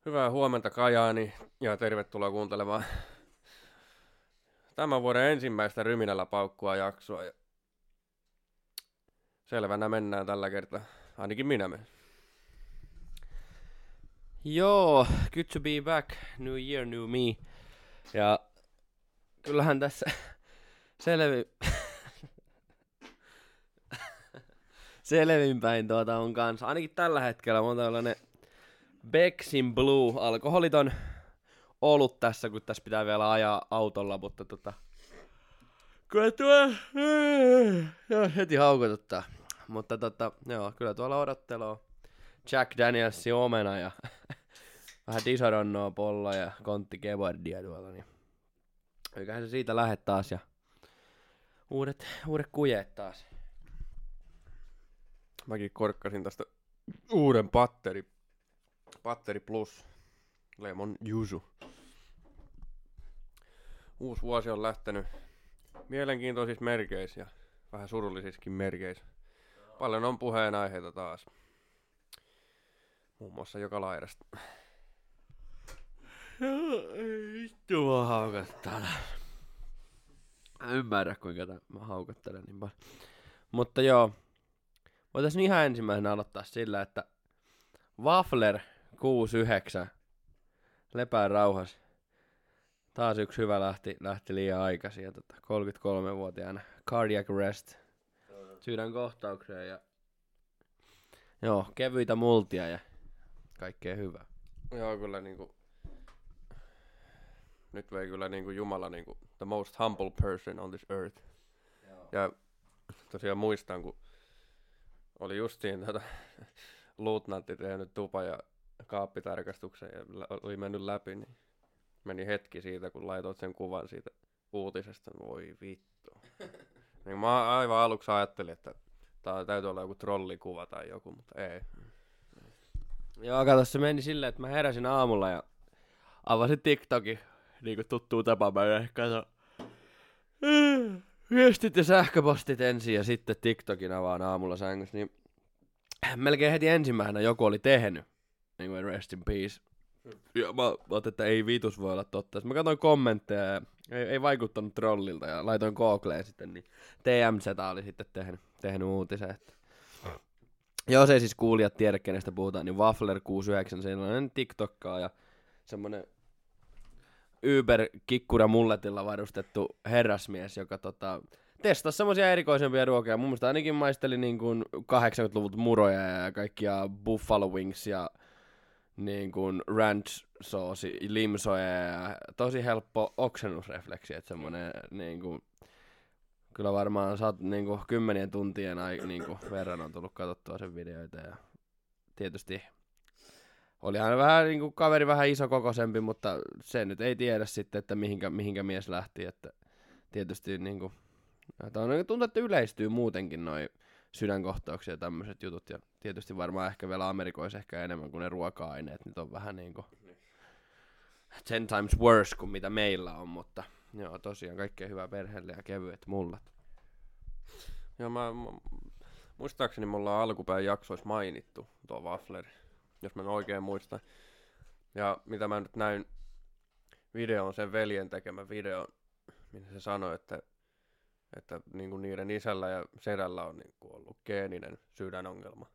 Hyvää huomenta Kajaani ja tervetuloa kuuntelemaan tämän vuoden ensimmäistä Ryminällä paukkua jaksoa. Ja selvänä mennään tällä kertaa, ainakin minä menen. Joo, good to be back. New year, new me. Ja kyllähän tässä selvinpäin on kanssa. Ainakin tällä hetkellä on tällainen Bexin Blue alkoholiton olut tässä, kun tässä pitää vielä ajaa autolla, mutta kyllä heti haukotuttaa. Mutta joo, kyllä tuolla odotteloo Jack Danielsin omena ja vähän Disaronnoa, Polla ja Kontti Gevardia tuolla, niin eiköhän se siitä lähde taas ja uudet kujeet taas. Mäkin korkkasin tästä uuden Patteri Plus Lemon Yuzu. Uusi vuosi on lähtenyt mielenkiintoisissa merkeissä ja vähän surullisissakin merkeissä. Paljon on puheenaiheita taas. Muun muassa joka laidasta. Vittu mä haukottelen. Mä ymmärrä kuinka mä haukottelen niin paljon. Mutta joo. Voitaisiin ihan ensimmäisenä aloittaa sillä, että Waffler 69. Lepää rauhassa. Taas yksi hyvä lähti liian aikaisin ja 33-vuotiaana cardiac arrest. Sydänkohtaukseen ja joo, kevyitä multia ja kaikkea hyvää. Joo, kyllä niinku nyt vei kyllä niinku Jumala niinku the most humble person on this earth. Joo. Ja tosiaan muistan, kun oli justiin luutnantti tehnyt tupa- ja kaappitarkastuksen ja oli mennyt läpi, niin meni hetki siitä, kun laitoit sen kuvan siitä uutisesta. Voi vittu. Niin mä aivan aluksi ajattelin, että tää täytyy olla joku trollikuva tai joku, mutta ei. Joo, kato, se meni silleen, että mä heräsin aamulla ja avasin TikTokin, niinku tuttuu tapa, mä kato viestit ja sähköpostit ensin ja sitten TikTokin avaan aamulla sängyssä, niin melkein heti ensimmäisenä joku oli tehnyt, niin kuin rest in peace. Ja mä otin, että ei vitus voi olla totta. Sitten mä katsoin kommentteja ja ei vaikuttanut trollilta ja laitoin Googleen sitten, niin TMZ oli sitten tehnyt uutisen, että jos ei siis kuulijat tiedä, kenestä puhutaan, niin Waffler 69, sellainen TikTokkaa ja semmonen Uber-kikkura mulletilla varustettu herrasmies, joka testasi semmosia erikoisempia ruokia. Mun mielestä ainakin maisteli niin kuin 80-luvut muroja ja kaikkia buffalo wings ja niin kuin ranch soosi, limsoja ja tosi helppo oksennusrefleksi, että semmonen niin kuin kyllä varmaan niin kuin 10 tuntien niin kuin verran on tullut katsottua sen videoita ja tietysti olihan vähän niin kuin kaveri vähän isokokoisempi, mutta se nyt ei tiedä sitten, että mihinkä mies lähti, että tietysti niin kuin tuntuu, että yleistyy muutenkin noi sydänkohtauksia ja tämmöiset jutut ja tietysti varmaan ehkä vielä Amerikoissa ehkä enemmän kuin ne ruoka-aineet, nyt on vähän niin kuin 10 times worse kuin mitä meillä on, mutta joo, tosiaan kaikkea hyvää perheelle ja kevyet mullat. Joo, muistaakseni me ollaan alkupäin jaksoissa mainittu tuo Waffler, jos mä oikein muistan. Ja mitä mä nyt näin videon, sen veljen tekemä video, minne se sanoi, että niinku niiden isällä ja sedällä on niinku ollut geeninen sydänongelma.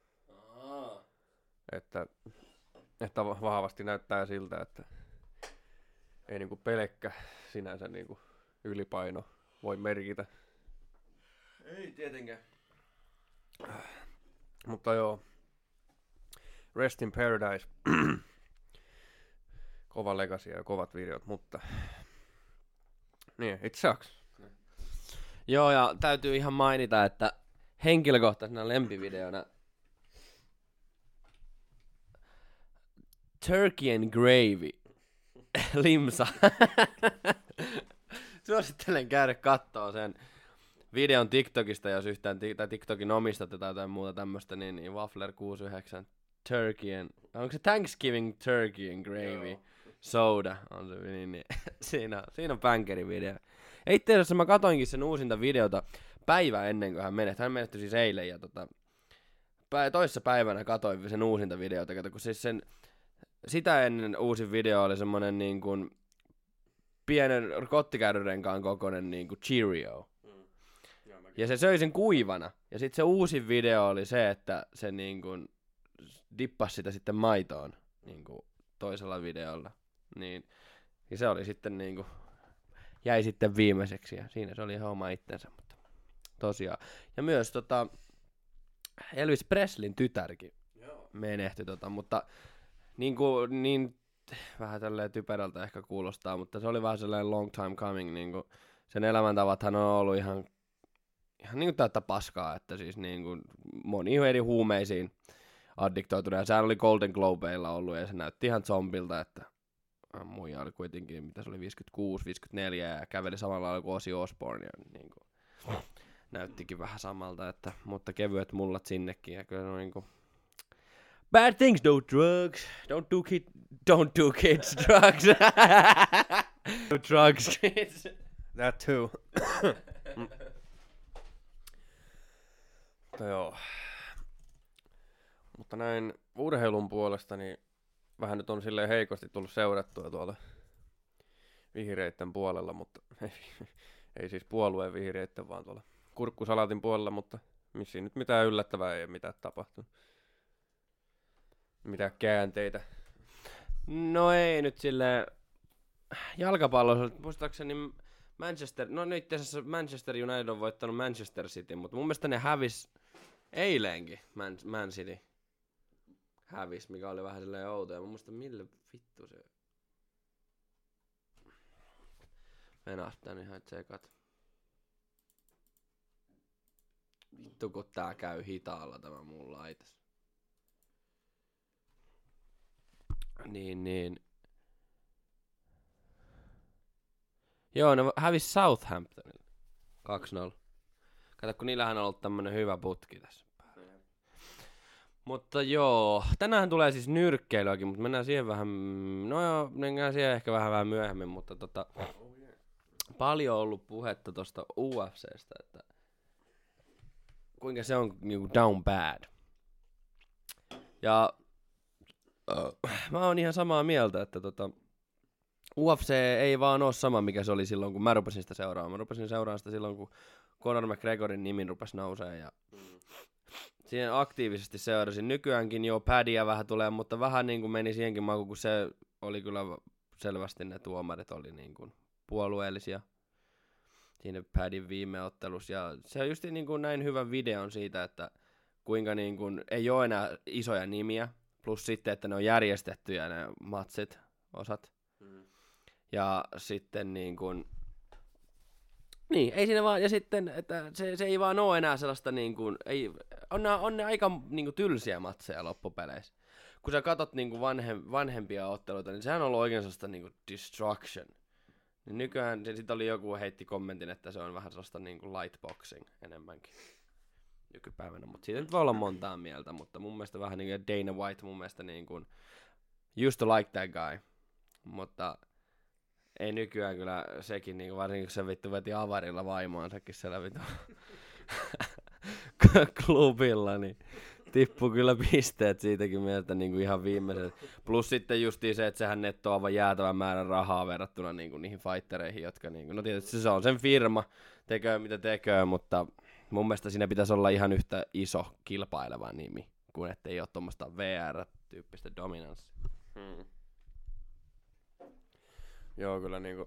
Että vahvasti näyttää siltä, että ei niinku pelkkä sinänsä niinku ylipaino voi merkitä. Ei tietenkään. Mutta joo, Rest in Paradise. Kova legacy ja kovat videot, mutta niin, it sucks. Joo, ja täytyy ihan mainita, että henkilökohtaisena lempivideona Turkey and Gravy limsa. Suosittelen käydä kattoo sen videon TikTokista, jos yhtään tai TikTokin omistatte tai jotain muuta tämmöstä, niin Waffler 69 Turkey and, onko se Thanksgiving Turkey and Gravy? Joo. Soda on se, niin siinä on bänkeri video. Ja itse asiassa mä katoinkin sen uusinta videota päivää ennen kuin hän menehtyi. Hän menehtyi siis eilen ja toissa päivänä katoin sen uusinta videota, kun siis sen sitä ennen uusin video oli semmonen niin kuin pienen kottikäyryrenkaan kokoinen niin kuin Cheerio. Ja se söi sen kuivana. Ja sitten se uusin video oli se, että se niin kuin dippasi sitä sitten maitoon niin kuin toisella videolla. Niin, ja se oli sitten niin kuin, jäi sitten viimeiseksi ja siinä se oli ihan oma itsensä. Mutta tosiaan. Ja myös Elvis Presleyn tytärkin menehtyi, mutta niin vähän tälleen typerältä ehkä kuulostaa, mutta se oli vähän sellainen long time coming, niinku sen elämäntavathan on ollut ihan niinku täyttä paskaa, että siis niinku moni eri huumeisiin addiktoitunut, ja sehän oli Golden Globeilla ollut, ja se näytti ihan zombilta, että muija oli kuitenkin, mitä se oli, 56, 54, ja käveli samalla lailla kuin Ozzy Osbourne, ja niinku näyttikin vähän samalta, että, mutta kevyet mullat sinnekin, ja kyllä niinku bad things, no drugs. Don't do kids drugs. No drugs, kids. That too. Mutta joo. Mutta näin urheilun puolesta, niin vähän nyt on silleen heikosti tullut seurattua tuolla vihreitten puolella, mutta ei siis puolueen vihreitten, vaan tuolla kurkkusalaatin puolella, mutta missä nyt mitään yllättävää ei ole mitään tapahtunut. Mitä käänteitä? No ei nyt silleen jalkapallossa, muistaakseni Manchester, no nyt itse asiassa Manchester United on voittanut Manchester City, mutta mun mielestä ne hävis eilenkin, Man City hävis, mikä oli vähän silleen outoa, ja mun mielestä mille vittu se menas tän ihan tsekat. Vittu kun tää käy hitaalla tämä mun laites. Niin. Joo, ne hävis Southamptonille 2-0. Kato, kun niillähän on ollut tämmönen hyvä putki tässä. Mutta joo, tänään tulee siis nyrkkeilyäkin, mutta mennään siihen vähän, no joo, mennään siihen ehkä vähän myöhemmin, mutta paljon on ollut puhetta tosta UFCstä, että kuinka se on niinku down bad. Ja mä oon ihan samaa mieltä, että UFC ei vaan oo sama, mikä se oli silloin, kun mä rupesin sitä seuraamaan. Mä rupesin seuraamaan sitä silloin, kun Conor McGregorin nimi rupesi nousee ja siihen aktiivisesti seurasin. Nykyäänkin jo padia vähän tulee, mutta vähän niin kuin meni siihenkin makuun, kun se oli kyllä selvästi ne tuomarit oli niin kuin puolueellisia siinä padin viime ottelussa. Ja se on just niin kuin näin hyvän videon siitä, että kuinka niin kuin ei ole enää isoja nimiä, plus sitten, että ne on järjestettyjä ne matsit, osat. Ja sitten niin kuin niin, ei siinä vaan, ja sitten, että se ei vaan oo enää sellaista niin kuin, on ne aika niin kuin tylsiä matseja loppupeleissä. Kun sä katot niin kuin vanhempia otteluita, niin sehän on ollut oikein sellaista niin kuin destruction. Niin nykyään, sitten oli joku heitti kommentin, että se on vähän sellaista niin kuin lightboxing enemmänkin nykypäivänä. Mutta siitä nyt voi olla montaa mieltä, mutta mun mielestä vähän niin kuin Dana White mun mielestä niin kuin used to like that guy. Mutta ei nykyään kyllä sekin, niin varsinkin kun se vittu veti avarilla vaimoansakin siellä vittu klubilla, niin tippui kyllä pisteet siitäkin mielestä niin kuin ihan viimeiset. Plus sitten justiin se, että sehän nettoaa aivan jäätävän määrän rahaa verrattuna niin kuin niihin fightereihin, jotka niin kuin, no tietysti se on sen firma, tekee mitä tekee, mutta mun mielestä siinä pitäisi olla ihan yhtä iso kilpaileva nimi, kuin ettei ole tuommoista VR-tyyppistä dominanssia. Joo, kyllä niinku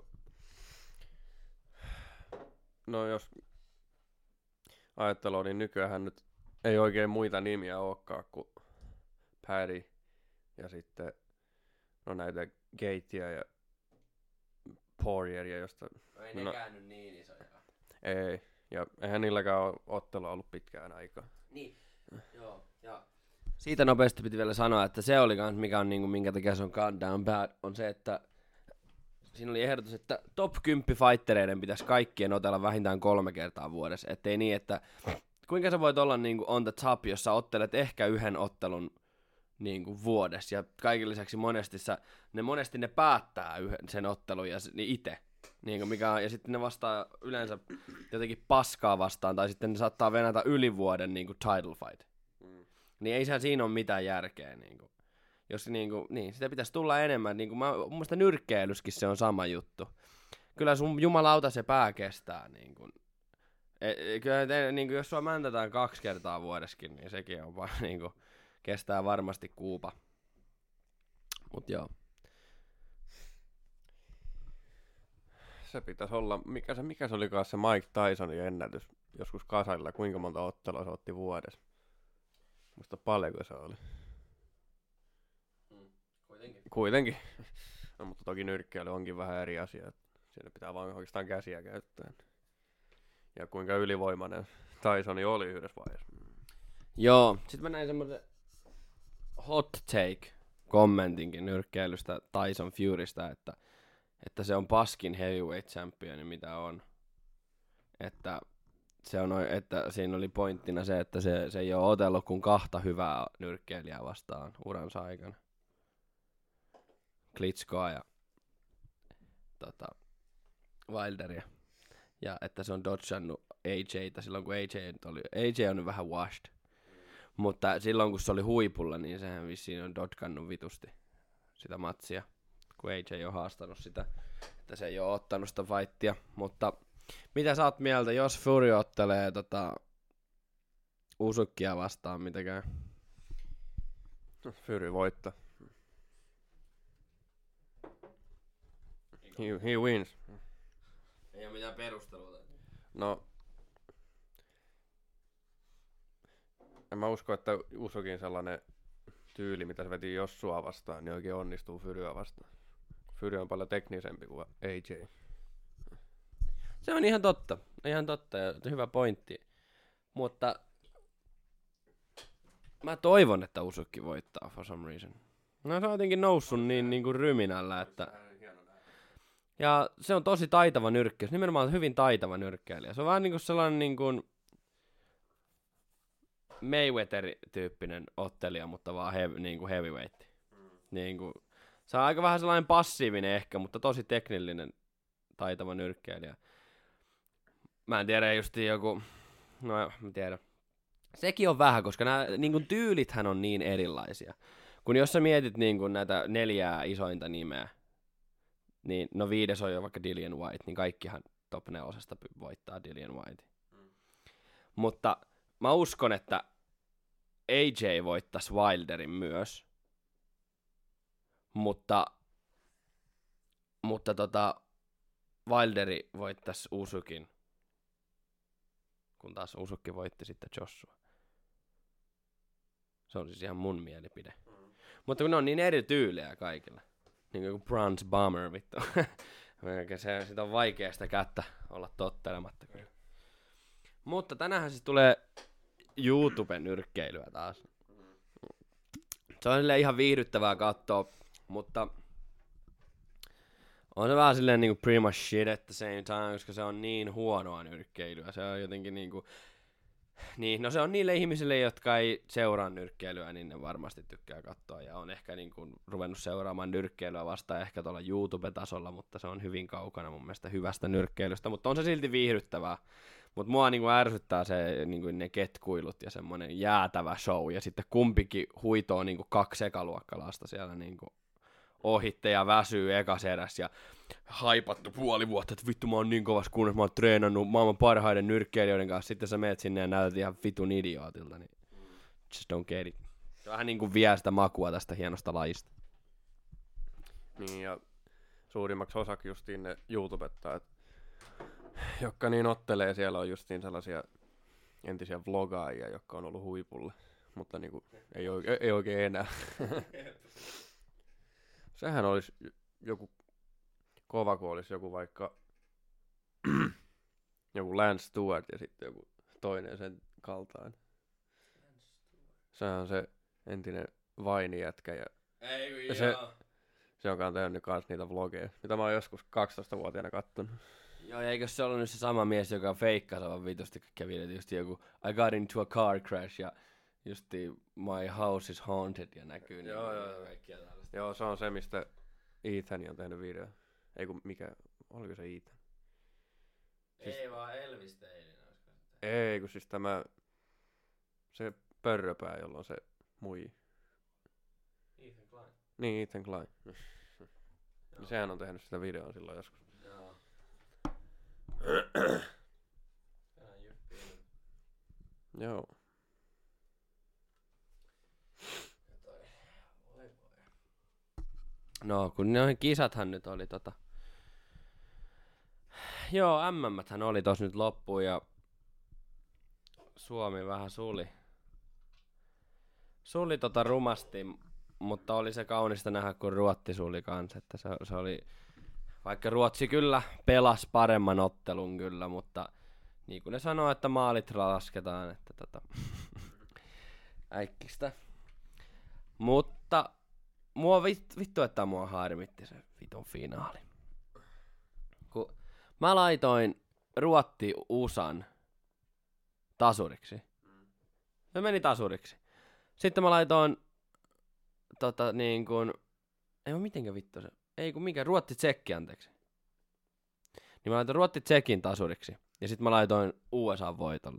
no jos ajatteluu, niin nykyään nyt ei oikein muita nimiä olekaan kuin Paddy ja sitten no näitä Gatea ja Poirieria, josta Ei nekään nyt niin isoja. ei, ja eihän niilläkään ole ottelua ollut pitkään aikaa. Niin, joo, ja siitä nopeasti piti vielä sanoa, että se oli kans, mikä on niinku, minkä takia se on gone down bad, on se, että siinä oli ehdotus, että top 10 fightereiden pitäisi kaikkien otella vähintään 3 kertaa vuodessa, ettei niin, että kuinka sä voit olla niinku on the top, jos sä ottelet ehkä yhden ottelun niinku vuodessa, ja kaiken lisäksi monesti ne päättää sen ottelun ja niin itse. Niin mikä on, ja sitten ne vastaa yleensä jotenkin paskaa vastaan, tai sitten ne saattaa venätä yli vuoden niin kuin title fight. Niin ei siinä ole mitään järkeä. Niin kuin. Jos niinku, niin, sitä pitäisi tulla enemmän. Niinku mun mielestä nyrkkeilyskin se on sama juttu. Kyllä sun jumalauta se pää kestää. Niinku. Kyllä niinku, jos sua mäntätään 2 kertaa vuodeskin, niin sekin on vaan niinku, kestää varmasti kuupa. Mut joo. Se pitäisi olla, mikä se olikaan se Mike Tysonin ennätys joskus kasarilla, kuinka monta ottelua se otti vuodessa. Muista paljonko se oli. Kuitenkin. No, mutta toki nyrkkeily onkin vähän eri asia. Siinä pitää vaan oikeastaan käsiä käyttää. Ja kuinka ylivoimainen Tysoni oli yhdessä vaiheessa. Joo, sit mä näin semmoisen hot take kommentinkin nyrkkeilystä Tyson Furystä, että se on paskin heavyweight championi mitä on. Että siinä oli pointtina se, että se ei ole otellut kuin 2 hyvää nyrkkeilijää vastaan uransa aikana. Klitschkoa ja Wilderia. Ja että se on dodgannut AJ:tä silloin kun AJ on nyt vähän washed. Mutta silloin kun se oli huipulla, niin sehän vissiin on dodgannut vitusti sitä matsia. Kun AJ on haastanut sitä, että se ei ole ottanut sitä fightia. Mutta mitä sä oot mieltä, jos Fury ottelee Usukkia vastaan, mitä käy? Fury voittaa. He wins. Ei ole mitään perustelua. No, en mä usko, että Usukin sellainen tyyli, mitä se veti Jossua vastaan, niin oikein onnistuu Furyä vastaan. Fury on paljon teknisempi kuin AJ. Se on ihan totta ja hyvä pointti. Mutta mä toivon, että Usukki voittaa for some reason. No se on jotenkin noussut niin kuin ryminällä, että... Ja se on tosi taitava nyrkkeys, nimenomaan hyvin taitava nyrkkeilijä. Se on vähän niinku sellainen niinku Mayweather-tyyppinen ottelija, mutta vaan niinku heavyweight. Niinku, se on aika vähän sellainen passiivinen ehkä, mutta tosi teknillinen taitava nyrkkeilijä. Mä en tiedä justi joku, no mä tiedän. Sekin on vähän, koska nämä niinku tyylithän on niin erilaisia. Kun jos sä mietit niinku näitä 4 isointa nimeä, niin no 5 on jo vaikka Dillian White, niin kaikkihan top 4 voittaa Dillian White. Mutta mä uskon, että AJ voittaisi Wilderin myös. Mutta Wilderi voittaisi Usukin, kun taas Usukki voitti sitten Joshua. Se on siis ihan mun mielipide. Mutta kun ne on niin eri tyylejä kaikilla. Niin kuin Bronze Bomber, vittu. Sitä on vaikea sitä kättä olla tottelematta. Mutta tänähän siis tulee YouTube-nyrkkeilyä taas. Se on silleen ihan viihdyttävää katsoa, mutta on se vähän silleen niinku pretty much shit at the same time, koska se on niin huonoa nyrkkeilyä. Se on jotenkin niinku... Niin, no se on niille ihmisille, jotka ei seuraa nyrkkeilyä, niin ne varmasti tykkää katsoa. Ja on ehkä niinku ruvennut seuraamaan nyrkkeilyä vasta ehkä tuolla YouTube-tasolla, mutta se on hyvin kaukana mun mielestä hyvästä nyrkkeilystä. Mutta on se silti viihdyttävää. Mutta mua niinku ärsyttää se, niinku ne ketkuilut ja semmonen jäätävä show. Ja sitten kumpikin huitoo niinku 2 ekaluokkalasta siellä niinku ohitte ja väsyy ekas eräs ja haipattu puoli vuotta, että vittu mä oon niin kovassa kunnossa, mä oon treenannut maailman parhaiden nyrkkeilijöiden kanssa, sitten sä meet sinne ja näytät ihan vitun idiootilta, niin just don't get it. Se vähän niinku vie sitä makua tästä hienosta lajista. Niin ja suurimmaksi osaksi justiin ne YouTubettajat, jotka niin ottelee, siellä on justiin sellaisia entisiä vlogaajia, jotka on ollut huipulla, mutta niinku ei oikein enää. Sehän olisi joku kova, kun olisi joku vaikka joku Lance Stewart ja sitten joku toinen sen kaltainen. Sehän on se entinen vainijätkä ja se on tehnyt kans niitä vlogeja, mitä mä oon joskus 12-vuotiaana kattonut. Joo, ja eikö se ollut nyt se sama mies, joka feikkasi aivan vitusti kaikkia videoita, just joku I got into a car crash ja justi my house is haunted ja näkyy niin kaikkia tällaista. Joo, se on se, mistä Ethan on tehnyt video. Ei kun oliko se Ethan? Siis, ei vaan Elvis Teilin. Ei kun siis se pörröpää, jolla on se mui. Ethan Klein. Niin, Ethan Klein. Sehän on tehnyt sitä videoa silloin joskus. Joo. Joo. No, kun noin kisathan nyt oli Joo, MM-thän oli tos nyt loppuun ja Suomi vähän suli rumasti, mutta oli se kaunista nähdä, kun Ruotti suli kans, että se oli, vaikka Ruotsi kyllä pelasi paremman ottelun kyllä, mutta niin kuin ne sanoo, että maalit lasketaan, että äikkistä. Mutta mua vittu, että mua harmitti se vitun finaali. Kun mä laitoin Ruotti-USAn tasuriksi. Se meni tasuriksi. Sitten mä laitoin niin kun, ei mitenkä vittu se, ei kun mikä, Ruotti-Tsekki anteeksi. Niin mä laitoin Ruotti-Tsekin tasuriksi. Ja sit mä laitoin USA voitolle.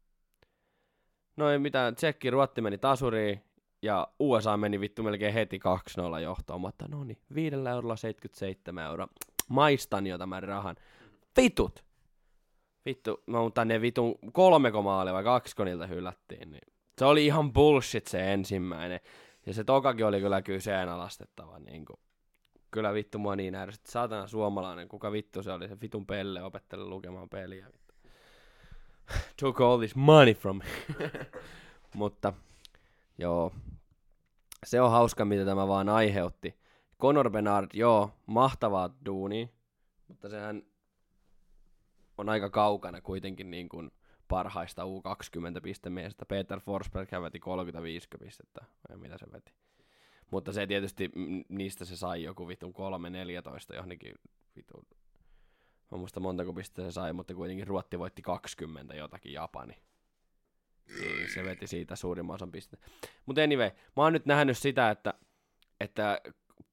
No ei mitään, Tsekki, Ruotti meni tasuriin. Ja USA meni vittu melkein heti 2-0 johtoon. Mä otan, no niin, 5,77 €. Maistan jo tämän rahan. Vitut! Vittu, mutta ne vitun 3 maalia vai 2 niiltä hylättiin. Niin se oli ihan bullshit se ensimmäinen. Ja se tokakin oli kyllä kyseenalaistettava. Niin kuin. Kyllä vittu mua niin ärsytti. Saatana suomalainen, kuka vittu se oli. Se vitun pelle opetteli lukemaan peliä. Vittu. Took all this money from me. Mutta joo. Se on hauska, mitä tämä vaan aiheutti. Conor Bernard, joo, mahtavaa duunia. Mutta sehän on aika kaukana kuitenkin niin kuin parhaista U20-pistemiestä. Peter Forsberg veti 35 pistettä, vai mitä se veti. Mutta se tietysti, niistä se sai joku vitun 3-14 johonkin vitun. Mä muista montako pistettä se sai, mutta kuitenkin Ruotti voitti 20 jotakin Japani. Niin se veti siitä suurimman osan pistettä. Mutta anyway, mä oon nyt nähnyt sitä, että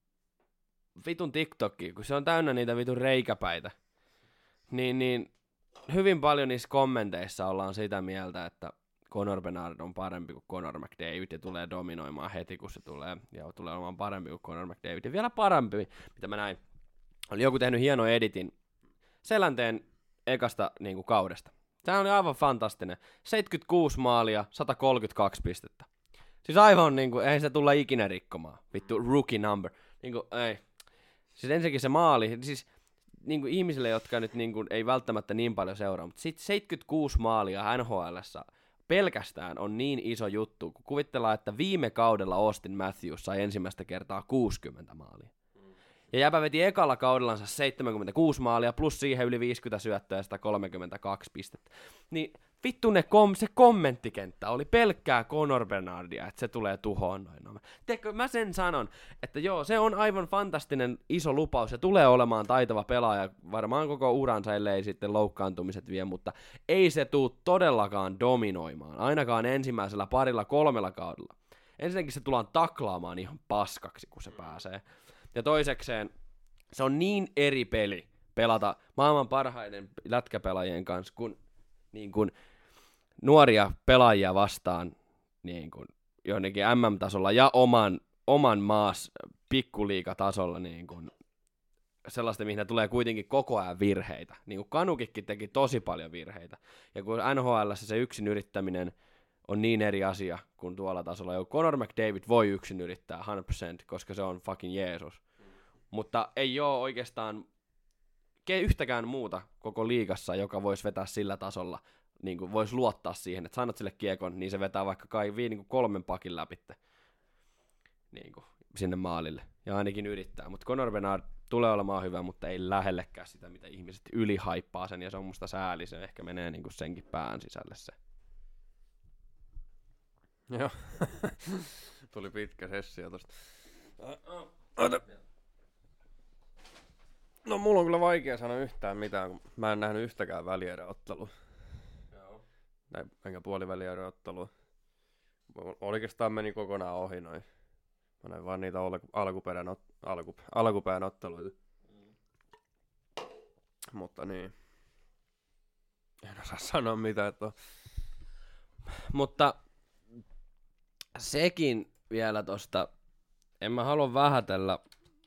vitun TikTokki, kun se on täynnä niitä vitun reikäpäitä, niin hyvin paljon niissä kommenteissa ollaan sitä mieltä, että Conor Bernard on parempi kuin Conor McDavid ja tulee dominoimaan heti, kun se tulee. Ja tulee olemaan parempi kuin Conor McDavid. Ja vielä parempi, mitä mä näin. Oli joku tehnyt hieno editin Selänteen ekasta niin kuin kaudesta. Sehän oli aivan fantastinen. 76 maalia, 132 pistettä. Siis aivan niinku, eihän se tulla ikinä rikkomaan. Vittu, rookie number. Niinku, ei. Siis ensinnäkin se maali, siis niinku ihmisille, jotka nyt niinku ei välttämättä niin paljon seuraa, mutta sit 76 maalia NHL:ssä pelkästään on niin iso juttu, kun kuvitellaan, että viime kaudella Austin Matthews sai ensimmäistä kertaa 60 maalia. Ja jäbä veti ekalla kaudellansa 76 maalia, plus siihen yli 50 syöttöä ja 132 pistettä. Niin vittu se kommenttikenttä oli pelkkää Conor Bernardia, että se tulee tuhoon noin. Teekö, mä sen sanon, että joo, se on aivan fantastinen iso lupaus, se tulee olemaan taitava pelaaja, varmaan koko uransa, ellei sitten loukkaantumiset vie, mutta ei se tuu todellakaan dominoimaan, ainakaan ensimmäisellä 2-3 kaudella. Ensinnäkin se tullaan taklaamaan ihan paskaksi, kun se pääsee. Ja toisekseen, se on niin eri peli pelata maailman parhaiden lätkäpelaajien kanssa kuin, niin kuin nuoria pelaajia vastaan niin kuin jonnekin MM-tasolla ja oman maas pikkuliigatasolla niin kuin sellaista, mihin tulee kuitenkin koko ajan virheitä. Niin kuin Kanukikki teki tosi paljon virheitä. Ja kun NHL:ssä se yksin yrittäminen on niin eri asia kuin tuolla tasolla. Jo Conor McDavid voi yksin yrittää 100%, koska se on fucking Jeesus. Mutta ei ole oikeastaan yhtäkään muuta koko liigassa, joka voisi vetää sillä tasolla, niin kuin voisi luottaa siihen, että sanot sille kiekon, niin se vetää vaikka niin kuin 3 pakin läpi niin kuin sinne maalille. Ja ainakin yrittää. Mutta Conor Bernard tulee olemaan hyvä, mutta ei lähellekään sitä, mitä ihmiset ylihaippaa sen, ja se on musta sääli. Se ehkä menee niin kuin senkin pään sisälle se. Joo. Tuli pitkä sessio tosta. No mulla on kyllä vaikea sanoa yhtään mitään, kun mä en nähnyt yhtäkään välieräottelua. Joo. Enkä puolivälieräottelua. Oikeastaan meni kokonaan ohi noin. Mä näin vaan niitä alkupään otteluita. Mutta niin. En osaa sanoa mitään, että on. Mutta sekin vielä tosta en mä halua vähätellä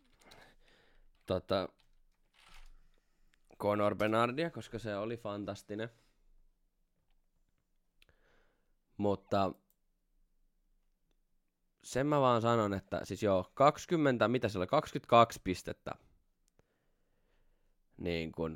Conor Bernardia, koska se oli fantastinen. Mutta sen mä vaan sanon, että siis joo, 22 pistettä niin kun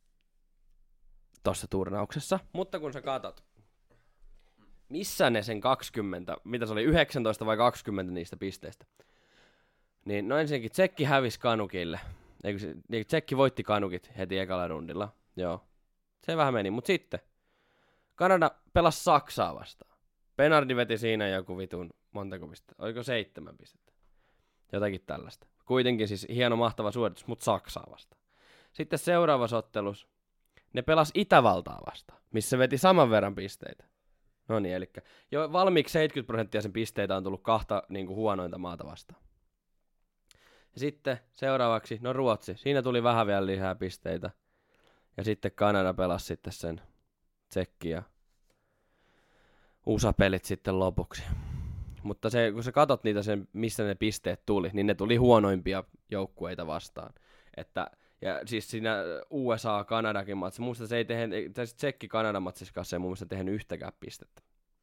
tossa turnauksessa. Mutta kun sä katot, missä ne sen 20, mitä se oli, 19 vai 20 niistä pisteistä, niin no ensinnäkin Tsekki hävisi Kanukille. Tsekki voitti Kanukit heti ekalla rundilla. Joo, se vähän meni, mutta sitten Kanada pelasi Saksaa vastaan. Bernardi veti siinä joku vitun montako pistettä, oliko 7 pistettä? Jotakin tällaista. Kuitenkin siis hieno mahtava suoritus, mutta Saksaa vastaan. Sitten seuraavassa ottelussa ne pelas Itävaltaa vastaan, missä veti saman verran pisteitä. No niin, eli jo valmiiksi 70% sen pisteitä on tullut kahta niin kuin huonointa maata vastaan. Ja sitten seuraavaksi, no Ruotsi, siinä tuli vähän vielä lisää pisteitä. Ja sitten Kanada pelasi sitten sen Tsekki ja USA-pelit sitten lopuksi. Mutta se, kun sä katot niitä, missä ne pisteet tuli, niin ne tuli huonoimpia joukkueita vastaan. Ja siis siinä USA-Kanadakin matsi, muista se ei tehnyt, Tsekki-Kanadan matsissa se ei mun mielestä tehnyt yhtäkään pistettä.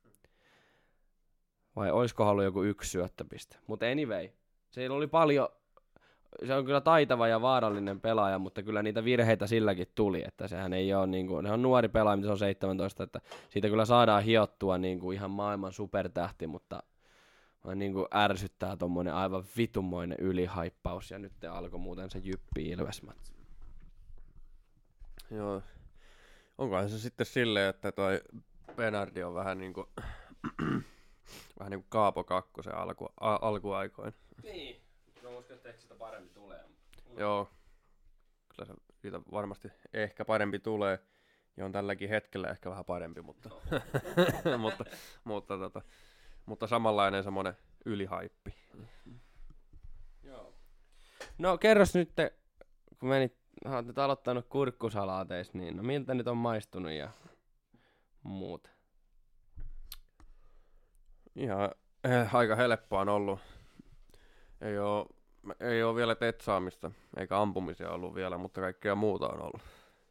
Vai olisiko ollut joku 1 syöttöpiste. Mutta anyway, siellä oli paljon, se on kyllä taitava ja vaarallinen pelaaja, mutta kyllä niitä virheitä silläkin tuli, että sehän ei ole niin kuin, se on nuori pelaaja, mitä se on 17, että siitä kyllä saadaan hiottua niin kuin ihan maailman supertähti, mutta niin kuin ärsyttää tommonen aivan vitunmoinen ylihaippaus, ja nyt alkoi muuten se Jyppi Ilves-matsi. Joo. Onkohan se sitten silleen, että toi Bernardi on vähän niinku vähän niinku Kaapo Kakkosen alkuaikoin. Niin, mä uskon, että sitä parempi tulee. Joo, kyllä se siitä varmasti ehkä parempi tulee, ja on tälläkin hetkellä ehkä vähän parempi, mutta mutta samanlainen semmonen ylihaippi. Joo. No kerros nyt, kun oot nyt aloittanut kurkkusalaateissa, niin no miltä nyt on maistunut ja muuta? Ihan aika helppoa on ollut. Ei oo vielä tetsaamista, eikä ampumisia ollut vielä, mutta kaikkea muuta on ollut.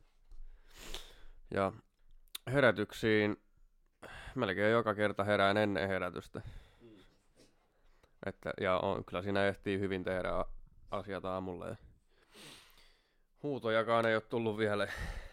Ja herätyksiin melkein joka kerta herään ennen herätystä. Kyllä siinä ehtii hyvin tehdä asiat aamulla. Ja huutojakaan ei ole tullut vielä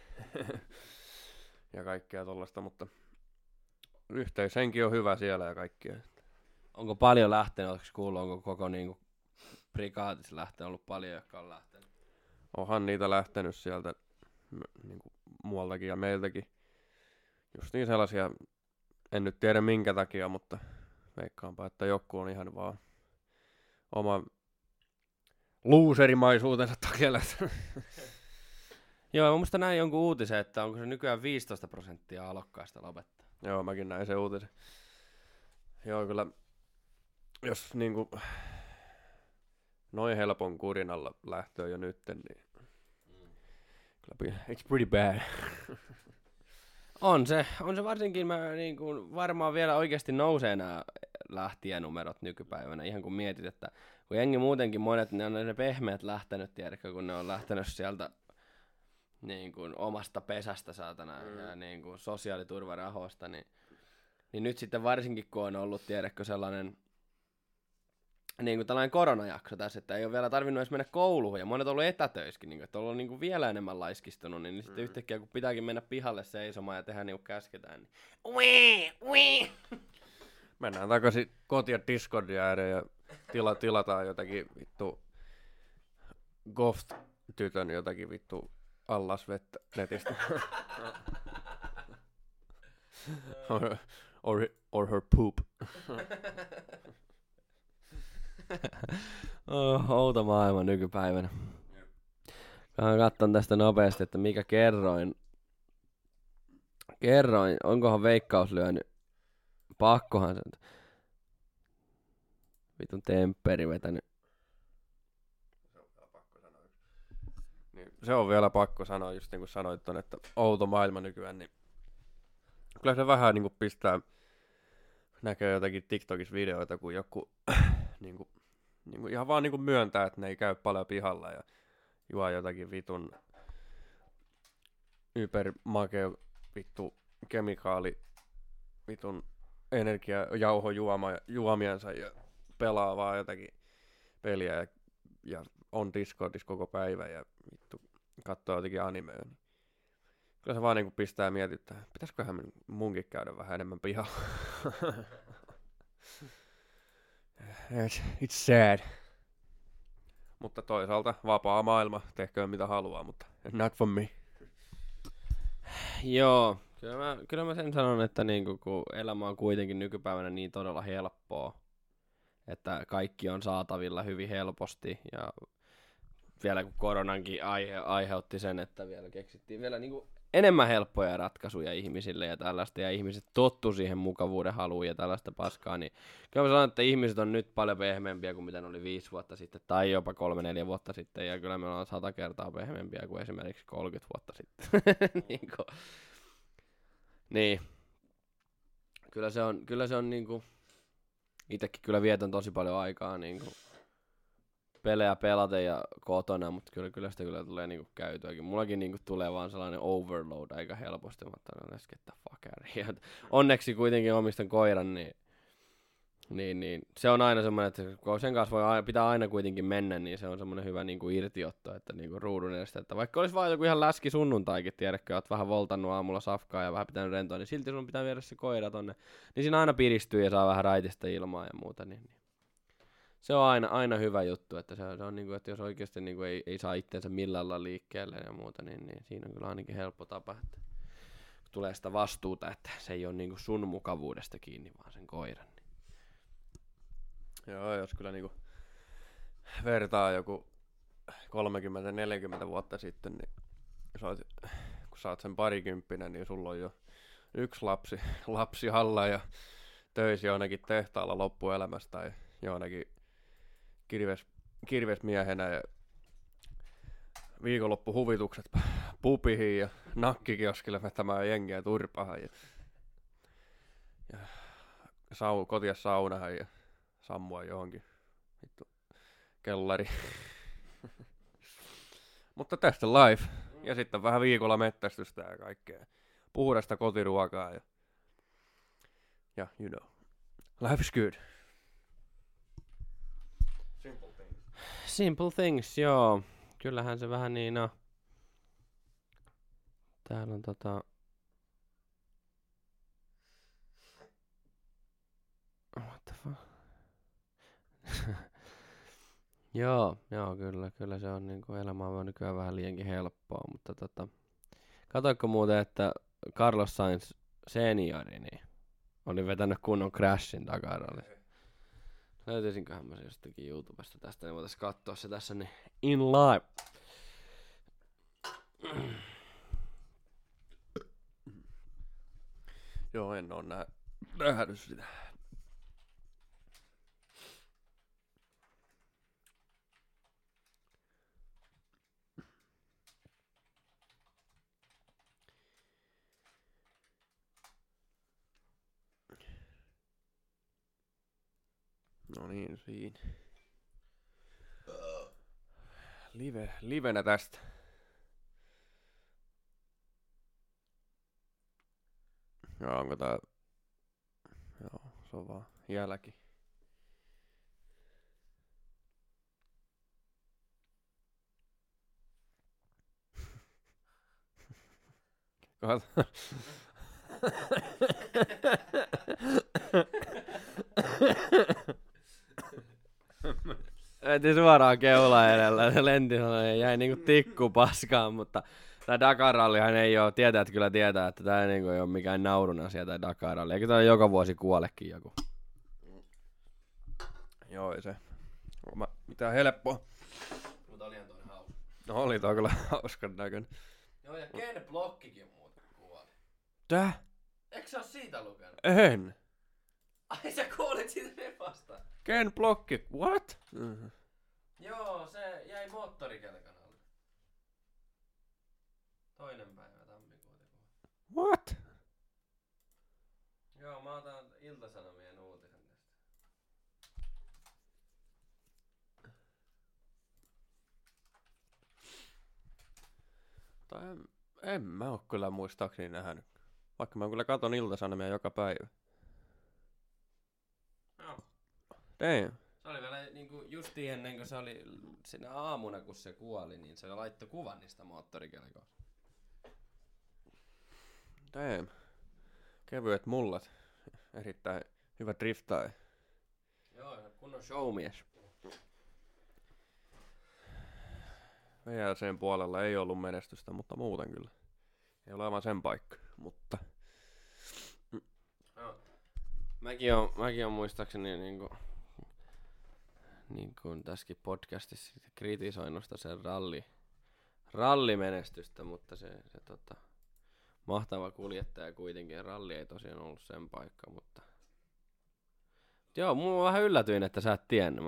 ja kaikkea tollaista, mutta yhteishenki on hyvä siellä ja kaikkia. Onko paljon lähtenyt, oletko kuullut, onko koko niinku prikaatissa lähtenyt, ollut paljon, jotka on lähtenyt? Onhan niitä lähtenyt sieltä niinku muualtakin ja meiltäkin. Just niin sellaisia, en nyt tiedä minkä takia, mutta veikkaanpa, että joku on ihan vaan oma looserimaisuutensa takia lähtenyt. Joo, mä musta näin jonkun uutisen, että onko se nykyään 15% alokkaista lopettaa. Joo, mäkin näin se uutisen. Joo, kyllä, jos niinku noin helpon kurinalla lähtöä jo nytten, niin kyllä it's pretty bad. On se varsinkin, mä niin kuin varmaan vielä oikeasti nousee nämä lähtijänumerot nykypäivänä, ihan kun mietit, että kun jengi muutenkin monet, ne on ne pehmeät lähtenyt, tiedätkö, kun ne on lähtenyt sieltä niin kuin omasta pesästä saatana ja niin kuin sosiaaliturvarahoista, niin nyt sitten varsinkin kun on ollut, tiedätkö, sellainen niin kuin tällainen koronajakso tässä, että ei ole vielä tarvinnut edes mennä kouluun ja monet on ollut etätöissäkin, niin kuin, että on ollut niin kuin vielä enemmän laiskistunut, niin sitten yhtäkkiä kun pitääkin mennä pihalle seisomaan ja tehdä niin kuin käsketään, niin mennään takaisin kotiin Discordia ääreen ja tilataan jotakin vittu Goft-tytön jotakin vittu allasvettä netistä. or her poop. Outo maailma nykypäivänä. Katson tästä nopeasti, että mikä kerroin, onkohan Veikkaus lyönyt, pakkohan se, vitun tempperi vetänyt. Se on vielä pakko sanoa, just niin kuin sanoit ton, että outo maailma nykyään, niin kyllä se vähän niin kuin näkee jotakin TikTokissa videoita, kun joku niin kuin niinku, ihan vaan niinku myöntää, että ne ei käy paljon pihalla ja juo jotakin vitun hypermakeu vittu kemikaali vitun juomiansa ja pelaa vaan jotakin peliä ja on Discordissa koko päivä ja vittu katsoo jotakin animea. Niin kyllä se vaan niinku pistää mietittää, pitäisiköhän munkin käydä vähän enemmän pihalla. It's sad. Mutta toisaalta vapaa maailma, tehköön mitä haluaa, mutta not for me. Joo, kyllä mä sen sanon, että niinku, kun elämä on kuitenkin nykypäivänä niin todella helppoa, että kaikki on saatavilla hyvin helposti ja vielä kun koronankin aiheutti sen, että vielä keksittiin vielä niinku enemmän helppoja ratkaisuja ihmisille ja tällaista, ja ihmiset tottu siihen mukavuuden haluun ja tällaista paskaa, niin kyllä mä sanon, että ihmiset on nyt paljon pehmeämpiä kuin mitä ne oli 5 vuotta sitten, tai jopa 3-4 vuotta sitten, ja kyllä me ollaan 100 kertaa pehmeämpiä kuin esimerkiksi 30 vuotta sitten. Niin. Kyllä se on niinku, itekin kyllä vietän tosi paljon aikaa niinku pelejä pelata ja kotona, mutta kyllä sitä kyllä tulee niinku käytyäkin. Mullakin niinku tulee vaan sellainen overload aika helposti, mutta let's get the fuck out of here. Onneksi kuitenkin omistan koiran, niin se on aina semmoinen, että kun sen kanssa pitää aina kuitenkin mennä, niin se on semmoinen hyvä niinku irtiotto, että niinku ruudun edestä, että vaikka olisi vaan joku ihan läski sunnuntaikin, tiedätkö, oot vähän voltannut aamulla safkaa ja vähän pitänyt rentoa, niin silti sun pitää viedä se koira tonne, niin siinä aina piristyy ja saa vähän raitista ilmaa ja muuta, niin. Se on aina hyvä juttu, että se on niinku, että jos oikeasti niinku ei saa itseensä millään lailla liikkeelle ja muuta, niin siinä on kyllä ainakin helppo tapa, että tulee sitä vastuuta, että se ei ole niinku sun mukavuudesta kiinni, vaan sen koiran. Niin. Joo, jos kyllä niinku vertaa joku 30-40 vuotta sitten, niin kun sä oot sen parikymppinen, niin sulla on jo yksi lapsi halla ja töissä jonnekin tehtaalla loppuelämästä tai jonnekin kirvesmiehenä ja viikonloppuhuvitukset pubihin ja nakkikioskille vetämään jengiä turpahan ja kotia saunahan ja sammua johonkin vittu kellari. Mutta tästä live. Ja sitten vähän viikolla mettästystä ja kaikkea. Puhdasta kotiruokaa ja you know. Life is good. Simple things, joo. Kyllähän se vähän niin on. Täällä on What the fuck? Joo, kyllä se on niinku elämä on nykyään vähän liiankin helppoa, mutta katoitko muuten, että Carlos Sainz seniori niin oli vetänyt kunnon crashin takarallissa. Löytyisinköhän mä se jostakin YouTubesta tästä, niin voitais katsoa se tässä niin in live. Joo, en oo nähnyt sitä. No niin, siinä. Livenä tästä. Ja onko tää... Joo, se on vaan jälki. Kato. Veti suoraan keula edellä, se lenti ja jäi niinku tikku paskaan, mutta tää Dakar-rallihan ei oo, tietäjät kyllä tietää, että tää niinku ei oo mikään naurun asia tää Dakar-ralli, eikö tää joka vuosi kuolekin joku? Joo, ei se. Mitään helppoa. Mutta olihan toi hauska. No oli toi kyllä hauskan näköinen. Joo, ja Ken Blockikin muuten kuoli. Tää? Eikö sä oo siitä lukenut? En. Ai sä kuulit siitä repasta? Ken Blocki, what? Mm-hmm. Joo, se jäi moottorikelkan alle. 2. päivä tammikuuta. What? Joo, mä otan Ilta-Sanomien uutisen tästä. En mä oo kyllä muistaakseni nähnyt. Vaikka mä kyllä katon Ilta-Sanomia joka päivä. No. Damn. Se oli vielä niinku justi ennen kuin se oli siinä aamuna, kun se kuoli, niin se laittoi kuvan niistä moottorikelkoista. Damn. Kevyet mullat. Erittäin hyvä driftaaja. Joo, kunnon showmies. VRCn puolella ei ollut menestystä, mutta muuten kyllä. Ei ole aivan sen paikka, mutta... No. Mäkin on muistaakseni niin kuin tässäkin podcastissa kritisoinut sen rallimenestystä, mutta se mahtava kuljettaja kuitenkin. Ralli ei tosiaan ollut sen paikka, mutta... Joo, mä vähän yllätyin, että sä et tiennyt.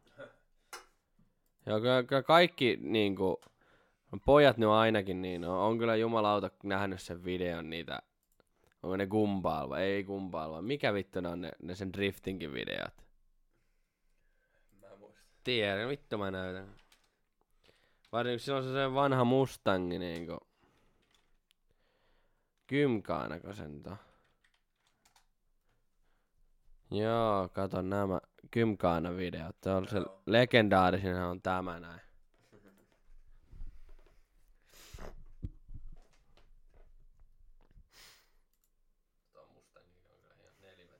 Joo, kyllä kaikki niinku... Pojat nyt ainakin niin on kyllä jumalauta nähnyt sen videon niitä... Onko ne gumbaalva? Ei gumbaalva. Mikä vittu ne on ne sen driftingin videot? Mä muistan. Tiedän, vittu mä näytän. Varsinkin silloin se vanha Mustangi niinku... Kymkaanako sen to? Joo, kato nämä Kymkaana videot. Se legendaarisin on tämä näin. Tuo Mustang on kyllä ihan nelimet.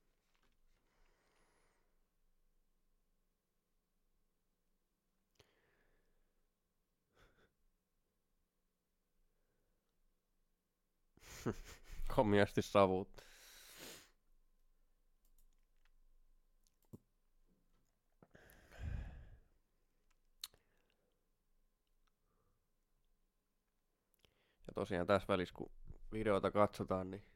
Komiasti savut. Ja tosiaan tässä välissä, kun videota katsotaan, niin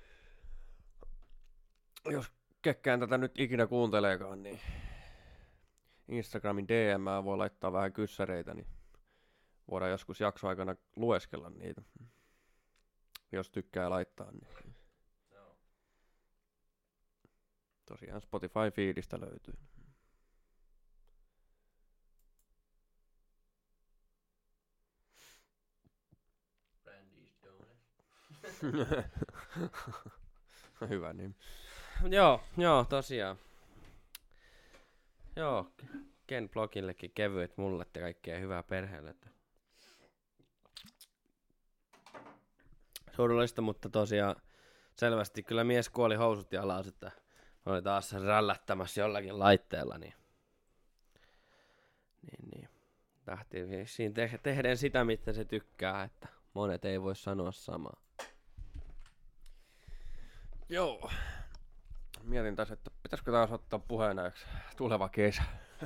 jos kekkään tätä nyt ikinä kuunteleekaan, niin Instagramin DM voi laittaa vähän kyssäreitä, niin voidaan joskus jaksoaikana lueskella niitä. Jos tykkää laittaa, niin tosiaan Spotify-feedistä löytyy. Brandy's Donuts. Hyvä nimi. Joo, tosiaan. Joo, Ken Blogillekin kevyet mullet ja kaikkea hyvää perheelle. Surullista, mutta tosiaan selvästi kyllä mies kuoli housut jalas, että oli taas rällättämässä jollakin laitteella, niin lähti siinä tehden sitä, mitä se tykkää, että monet ei voi sanoa samaa. Joo. Mietin tässä, että pitäisikö taas ottaa puheenaiheeksi tuleva kesä.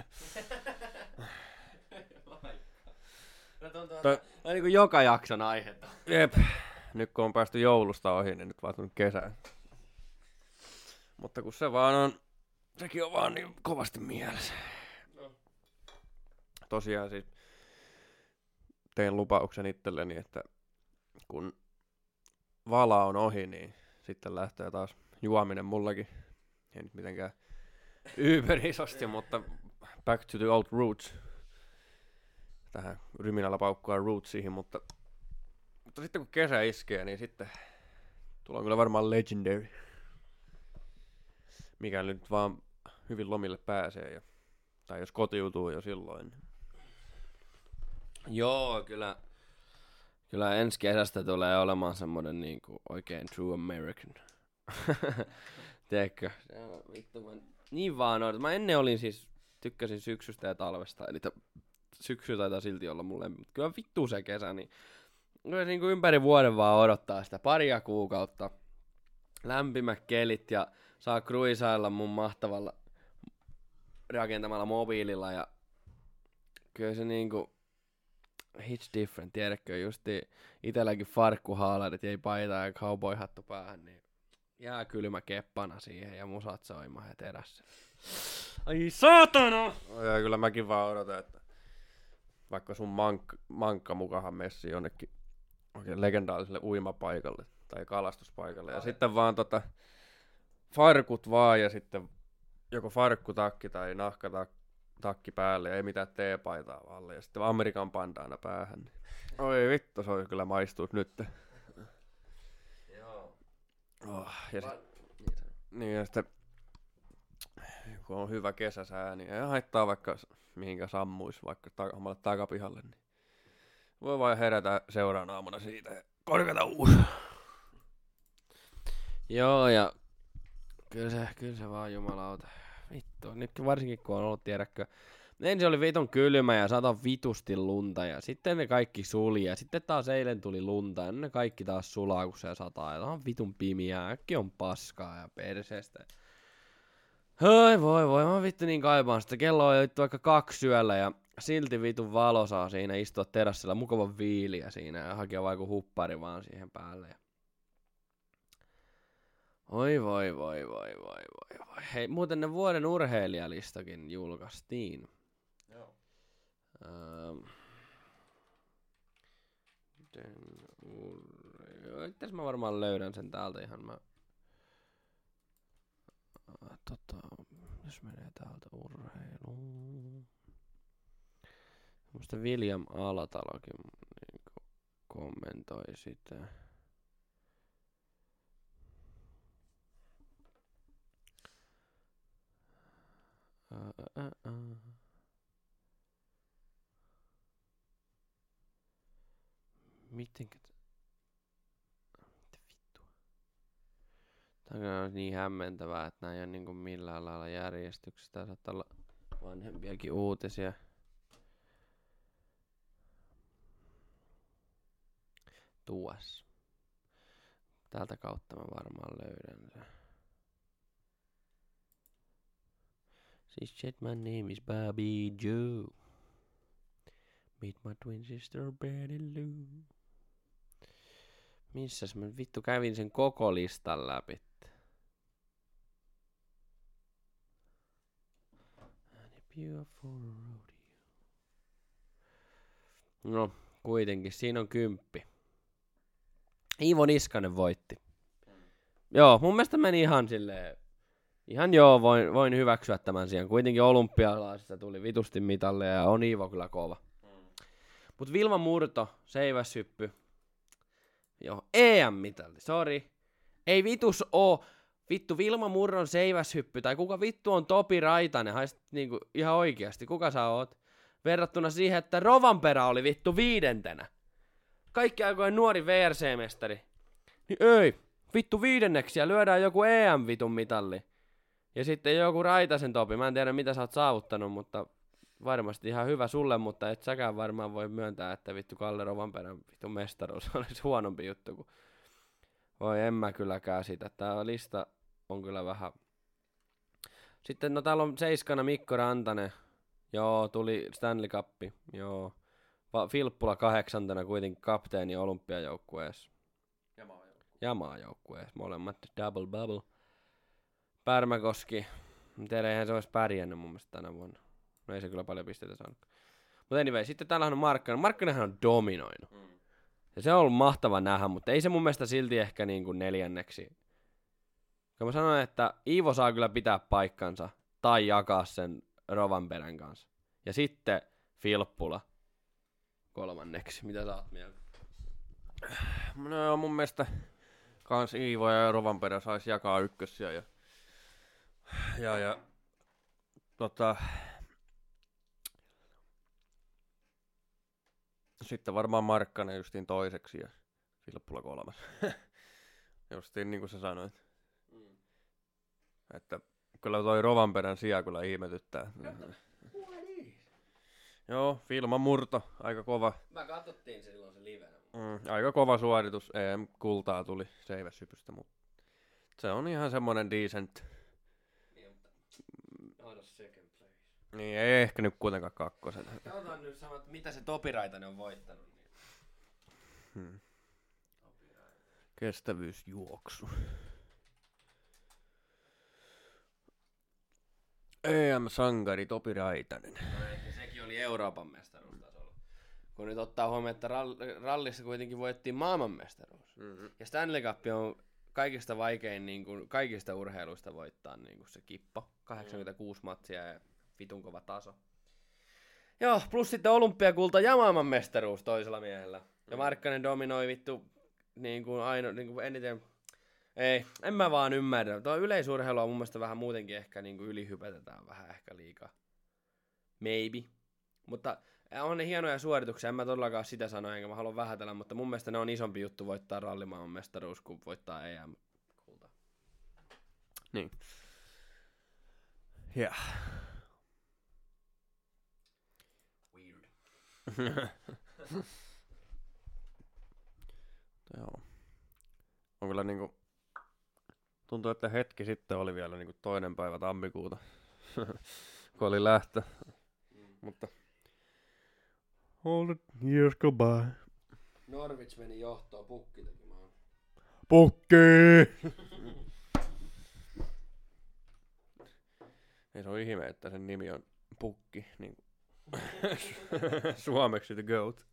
No niin kuin joka jakson aihetta. Jep. Nyt kun on päästy joulusta ohi, niin nyt vaan tullut kesään. Mutta kun se vaan on, sekin on vaan niin kovasti mielessä. No. Tosiaan siis tein lupauksen itselleni, että kun vala on ohi, niin sitten lähtee taas juominen mullakin. Ei nyt mitenkään isosti, mutta back to the old roots. Tähän ryminällä paukkua rootsiin, mutta sitten kun kesä iskee, niin sitten tulee kyllä varmaan legendary. Mikä nyt vaan hyvin lomille pääsee, tai jos kotiutuu jo silloin. Niin. Joo, kyllä ensi kesästä tulee olemaan semmonen niinku oikein true American. Tiedätkö? Niin vaan on. Mä ennen tykkäsin syksystä ja talvesta, eli syksy taitaa silti olla mulle, mutta kyllä vittu se kesä, niin kyllä niinku ympäri vuoden vaan odottaa sitä paria kuukautta. Lämpimät kelit ja saa kruisailla mun mahtavalla rakentamalla mobiililla ja kyllä se niinku hits different, tiedätkö, justi itelläkin farkkuhaalarit, ei paitaa ja cowboy-hattu päähän, niin jää kylmä keppana siihen ja musat soimaan ja terässä. Ai saatana! Ja kyllä mäkin vaan odotan, että vaikka sun mankka mukahan messi jonnekin oikein legendaariselle uimapaikalle tai kalastuspaikalle. Ja sitten vaan farkut vaan ja sitten joko farkkutakki tai takki päälle ja ei mitään teepaitaa alle ja sitten vaan Amerikan bandana päähän. Niin. Oi vittu, se olisi kyllä maistuisi nyt. Joo. Oh, ja sitten kun on hyvä kesäsää, niin ei haittaa vaikka mihinkä sammuisi, vaikka omalle takapihalle. Niin voi vaan herätä seuraavana aamuna siitä ja korkata uusi. Joo, ja kyllä se vaan jumalauta. Vittu, nyt varsinkin kun on ollut, tiedäkö, ensin oli vitun kylmä ja sato vitusti lunta ja sitten ne kaikki suli ja sitten taas eilen tuli lunta ja ne kaikki taas sulaa kun se sataa ja on vitun pimiää, kaikki on paskaa ja perseestä. Voi, mä vittu niin kaipaan sitä, kello on vittu vaikka 2 yöllä ja silti vitun valo saa siinä istua terassilla mukavan viiliä siinä ja hakea vaikka huppari vaan siihen päälle. Ja voi. Hei, muuten ne vuoden urheilijalistakin julkaistiin. Joo. Itse mä varmaan löydän sen täältä ihan jos menee täältä urheiluun. Musta William Alatalokin niin kommentoi sitä. Mitenkä mitä vittua? Tää on niin hämmentävää, että nää ei oo niinku millään lailla järjestyksessä. Tää saattaa olla vanhempiakin uutisia. Tuossa. Tältä kautta mä varmaan löydän sen. She said my name is Bobby Joe. Meet my twin sister Betty Lou. Missäs mä vittu kävin sen koko listan läpi? No, kuitenkin. Siinä on 10. Iivo Niskanen voitti. Joo, mun mielestä meni ihan silleen. Ihan joo, voin hyväksyä tämän siihen. Kuitenkin olympialaisista tuli vitusti mitalle ja on Iivo kyllä kova. Mut Vilma Murto, seiväshyppy. Joo, EM-mitalli, sori. Ei vitus oo. Vittu Vilma Murron seiväshyppy, tai kuka vittu on Topi Raitanen, haist niinku ihan oikeasti, kuka sä oot? Verrattuna siihen, että Rovanperä oli vittu 5. Kaikki aikojen nuori VRC-mestari. Niin ei, vittu 5. ja lyödään joku EM-vitun mitalli. Ja sitten joku Raitasen Topi, mä en tiedä mitä sä oot saavuttanut, mutta varmasti ihan hyvä sulle, mutta et säkään varmaan voi myöntää, että vittu Kalle Rovanperän vittu mestaruus olisi huonompi juttu kuin. Voi en mä kylläkään sitä. Tää lista on kyllä vähän. Sitten no täällä on 7 Mikko Rantanen. Joo, tuli Stanley Cup. Joo. Filppula 8 kuitenkin kapteeni olympiajoukkueessa. Ja maajoukkueessa. Molemmat double bubble. Pärmäkoski. Eihän se olisi pärjännyt mun mielestä tänä vuonna. No ei se kyllä paljon pisteitä saanut. Mutta anyway, sitten täällähän on Markkanen. Markkanenhan on dominoinut. Ja se on ollut mahtava nähdä, mutta ei se mun mielestä silti ehkä niin kuin 4. Kun mä sanoin, että Iivo saa kyllä pitää paikkansa tai jakaa sen Rovanperän kanssa. Ja sitten Filppula 3. Mitä sä oot mieltä? No mun mielestä kans Iivo ja Rovanperä sais jakaa ykkössiä ja sitten varmaan Markkanen justiin 2. ja Filppula 3. Justiin niin kuin sä sanoit. Että kyllä toi Rovanperän sija kyllä ihmetyttää. Joo, Vilma Murto, aika kova. Mä katsottiin silloin se livenä. Aika kova suoritus. EM-kultaa tuli seiväshypystä, mutta se on ihan semmonen decent. Aina second place. Niin, ei ehkä nyt kuitenkaan 2. Katsotaan nyt samat, mitä se Topi Raitanen on voittanut. Kestävyysjuoksu. EM-sankari Topi Raitanen. No, sekin oli Euroopan mestaruustasolla. Kun nyt ottaa huomioon, että rallissa kuitenkin voittiin maailmanmestaruus. Ja Stanley Cup on kaikista vaikein niin kuin kaikista urheiluista voittaa niin kuin se kippo. 86 matsia ja vitun kova taso. Joo, plus sitten olympiakulta ja maailmanmestaruus toisella miehellä. Ja Markkanen dominoi vittu niin kuin aina, niin kuin eniten. Ei, en mä vaan ymmärrä. Tuo yleisurheilu on mun mielestä vähän muutenkin ehkä niin kuin ylihypätetään vähän ehkä liikaa. Maybe. Mutta on ne hienoja suorituksia, en mä todellakaan sitä sano, enkä mä haluan vähätellä, mutta mun mielestä ne on isompi juttu voittaa rallimaailman mestaruus kuin voittaa EM-kulta. Niin. Yeah. Weird. Joo. On kyllä niinku... Tuntuu, että hetki sitten oli vielä niinku 2. päivä tammikuuta, kun oli lähtö. Mutta... All the years go by. Norwich meni johtoon, Pukki teki maan. Pukki! Ei se ole ihme, että sen nimi on Pukki. Niin... Suomeksi the goat.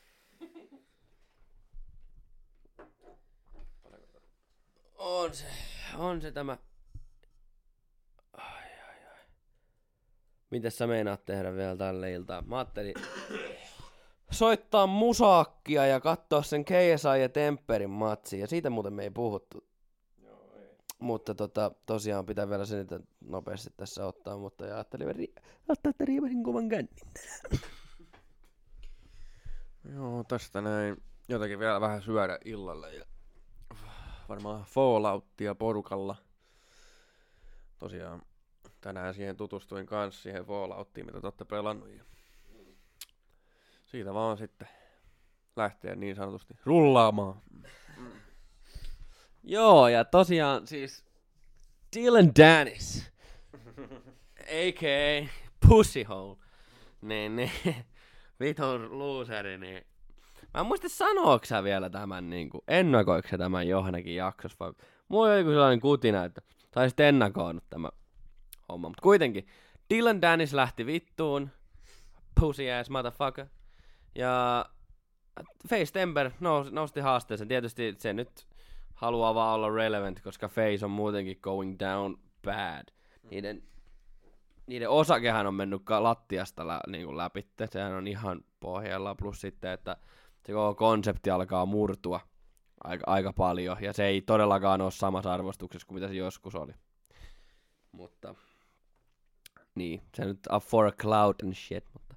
On se tämä. Ai. Mitäs sä meinaat tehdä vielä tälle iltaan? Mä ajattelin soittaa musaakkia ja katsoa sen KSI ja Temperin matsia. Ja siitä muuten me ei puhuttu. Joo, ei. Mutta tosiaan pitää vielä sen nopeasti tässä ottaa. Mutta ajattelin ottaa, että riivasin kovan kännin. Joo, tästä näin. Jotakin vielä vähän syödä illalle ja varmaan Falloutia porukalla. Tosiaan tänään siihen tutustuin kanssa siihen Falloutiin, mitä te olette pelannut. Ja siitä vaan sitten lähtee niin sanotusti rullaamaan. Joo, ja tosiaan siis Dylan Dennis, a.k.a. Pussyhole, niin, vitun looseri, niin mä en muista sanooks sä vielä tämän, niinku, ennakoiko sä tämän johonkin jaksossa, vai mulla oli joku sellainen kutina, että saisit ennakoinut tämä homma, mutta kuitenkin, Dylan Dennis lähti vittuun, pussy ass motherfucker, ja Face Temper nosti haasteeseen, tietysti se nyt haluaa vaan olla relevant, koska Face on muutenkin going down bad, niiden osakehän on mennyt lattiasta niin läpi, sehän on ihan pohjalla, plus sitten, että se koko konsepti alkaa murtua aika paljon, ja se ei todellakaan ole samassa arvostuksessa kuin mitä se joskus oli. Mutta, niin, se nyt up for a cloud and shit, mutta...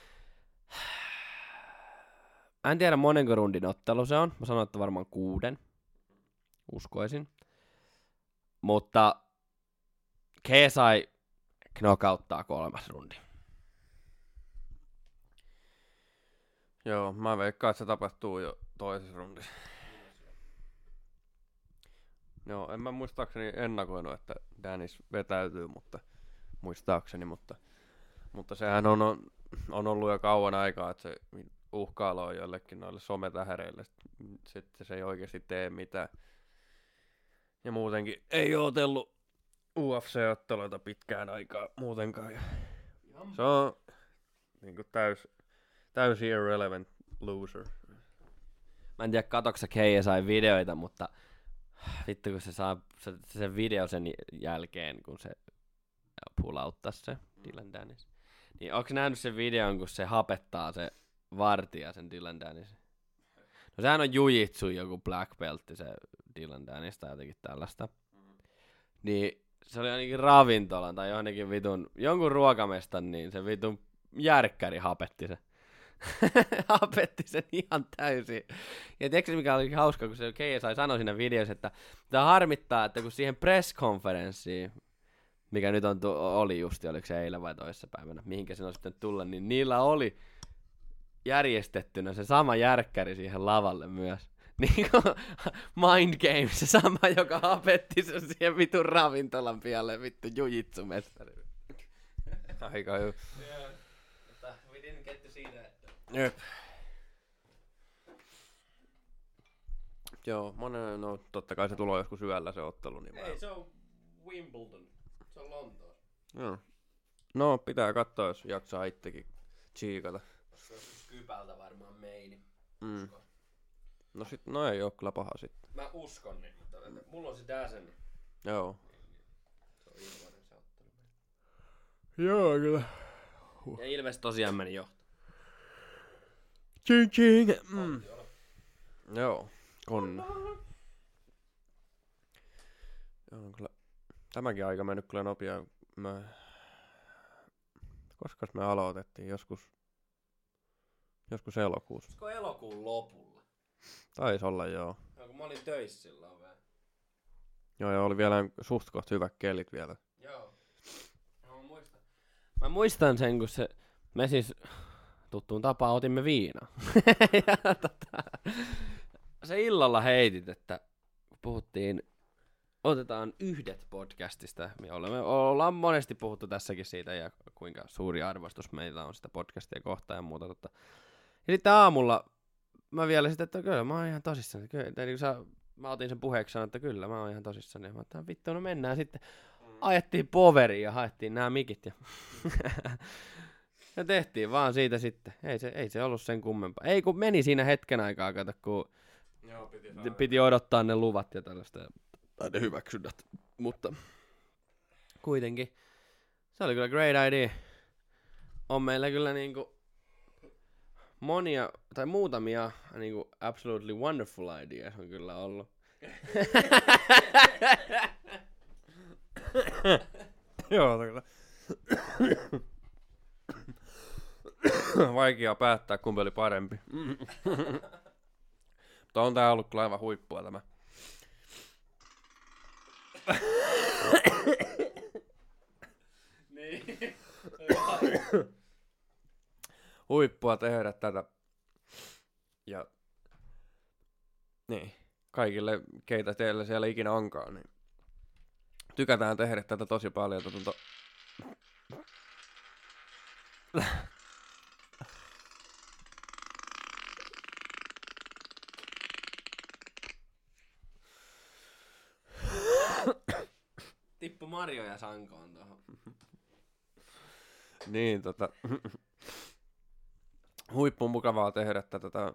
En tiedä monenko rundin ottelu se on, mä sanoin, että varmaan 6, uskoisin. Mutta KSI knockouttaa 3. rundi. Joo, mä veikkaan, että se tapahtuu jo toisessa rundissa. Joo, en mä muistaakseni ennakoinut, että Dennis vetäytyy, muistaakseni, mutta sehän on ollut jo kauan aikaa, että se uhkailu on jollekin noille sometähäreille, sitten se ei oikeasti tee mitään. Ja muutenkin ei oo otellut UFC-otteluita pitkään aikaa muutenkaan. Se on niinku täysin irrelevant loser. Mä en tiedä katoksa KSI-videoita, mutta vittu kun se saa se video sen jälkeen, kun se pullauttaa se Dylan Dennis. Niin onks nähnyt sen videon, kun se hapettaa se vartija sen Dylan Dennis? No sehän on jujitsu joku black beltti se Dylan Dennis tai jotenkin tällaista. Niin se oli ainakin ravintolan tai jonkun ruokamestan, niin se vitun järkkäri hapetti se. Hapetti sen ihan täysin. Ja tiedätkö mikä oli hauska, kun se KSI sanoi siinä videossa, että tämä harmittaa, että kun siihen press-konferenssiin, mikä nyt oli justi, oliko se eilen vai toissapäivänä, mihinkä sen on sitten tulla, niin niillä oli järjestettynä se sama järkkäri siihen lavalle myös. Niin kuin Mind Games, se sama, joka hapetti sen siihen vitun ravintolan pialle, vittu jujitsumestari. Aika hyvä. Yeah. Mutta we didn't get to see that. Jep. Joo, no totta kai se tulee joskus yöllä se ottelu. Niin ei, se on Wimbledon. Se on Lontoossa. Joo. No, pitää katsoa, jos jaksaa itsekin tsiikata. Se on Skypältä varmaan meini. No ei oo kyllä paha sitten. Mä uskon niin, mutta mulla on se Dazen. Joo. Se on ilmainen se ottelu. Joo, kyllä. Ja Ilves tosiaan meni jo. Ching ching. Joo, on. On kyllä. Tämäkin aika mennyt kyllä nopeaa. Koskas me aloitettiin? Joskus elokuussa. Olisiko elokuun lopulla? Taisi olla, joo. No, kun mä olin töissä silloin vielä. Joo, ja oli vielä suht koht hyvät kelit vielä. Joo. Mä muistan sen, kun me siis tuttuun tapaan otimme viinaa. Ja se illalla heitit, että puhuttiin, otetaan yhdet podcastista. Me ollaan monesti puhuttu tässäkin siitä ja kuinka suuri arvostus meillä on sitä podcastia kohtaan ja muuta. Ja sitten aamulla mä vielä sitten, että kyllä mä oon ihan tosissani. Mä otin sen puheeksi sanoa, että kyllä mä oon ihan tosissani. Ja mä otin, vittu, no mennään sitten. Ajettiin poveriin ja haettiin nämä mikit ja, ja tehtiin vaan siitä sitten. Ei se ollut sen kummempaa. Ei kun meni siinä hetken aikaa, kato, kun joo, piti odottaa ne luvat ja tällaista. Tai ne hyväksynnät. Mutta kuitenkin se oli kyllä great idea. On meillä kyllä niinku monia tai muutamia niinku absolutely wonderful ideas on kyllä ollut. Joo, kyllä. Vaikea päättää, kumpi oli parempi. Mutta on tää ollut kyllä aivan huippua tämä. Niin. Huippua tehdä tätä. Ja niin, kaikille, keitä teillä siellä ikinä onkaan, niin tykätään tehdä tätä tosi paljon. Tippu Mario ja Sankoon tuohon. Niin, huippu mukavaa tehdä tätä.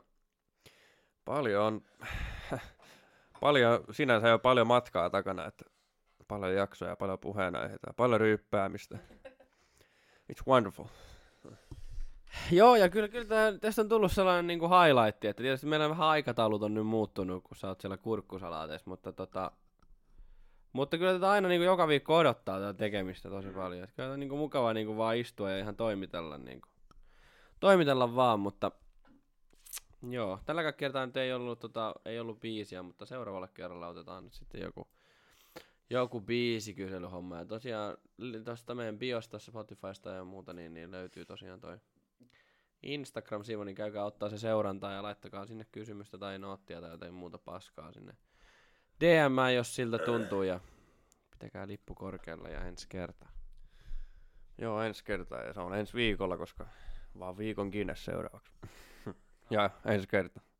Paljon, sinänsä jo paljon matkaa takana, että paljon jaksoja, paljon puheenaiheita, paljon ryyppäämistä. It's wonderful. Joo, ja kyllä tästä on tullut sellainen niinku highlight, että tietysti meillä vähän aikataulut on nyt muuttunut, kun sä oot siellä kurkkusalaateissa, mutta kyllä tätä aina niinku joka viikko odottaa tätä tekemistä tosi paljon. Että kyllä on niinku mukavaa niinku vaan istua ja ihan toimitella vaan, mutta joo, tällä kertaa nyt ei ollut biisiä, mutta seuraavalla kerralla otetaan nyt sitten joku biisikyselyhomma. Ja tosiaan tuosta meidän biosta, Spotifysta ja muuta, niin löytyy tosiaan toi Instagram-sivu, niin käykää ottaa se seurantaa ja laittakaa sinne kysymystä tai noottia tai jotain muuta paskaa sinne DM, jos siltä tuntuu, ja pitäkää lippu korkealla ja ensi kertaa. Joo, ensi kertaa, ja se on ensi viikolla, koska vaan viikon Guinness seuraavaksi. Ja ensi kertaa.